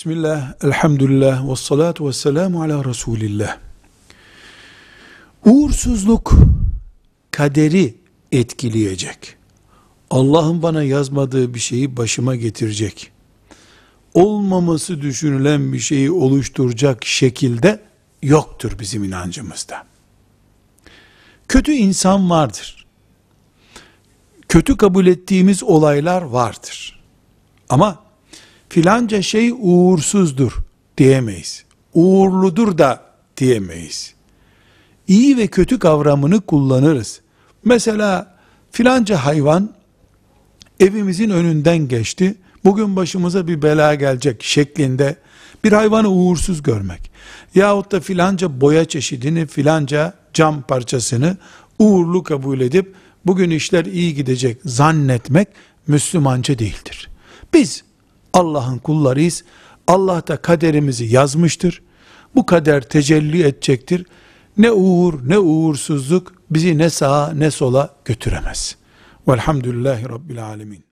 Bismillah, elhamdülillah, ve salatu ve selamu ala Resulillah. Uğursuzluk kaderi etkileyecek. Allah'ın bana yazmadığı bir şeyi başıma getirecek. Olmaması düşünülen bir şeyi oluşturacak şekilde yoktur bizim inancımızda. Kötü insan vardır. Kötü kabul ettiğimiz olaylar vardır. Ama filanca şey uğursuzdur diyemeyiz. Uğurludur da diyemeyiz. İyi ve kötü kavramını kullanırız. Mesela filanca hayvan evimizin önünden geçti. Bugün başımıza bir bela gelecek şeklinde bir hayvanı uğursuz görmek. Yahut da filanca boya çeşidini, filanca cam parçasını uğurlu kabul edip bugün işler iyi gidecek zannetmek Müslümanca değildir. Biz Allah'ın kullarıyız. Allah da kaderimizi yazmıştır. Bu kader tecelli edecektir. Ne uğur ne uğursuzluk bizi ne sağa ne sola götüremez. Velhamdülillahi Rabbil Alemin.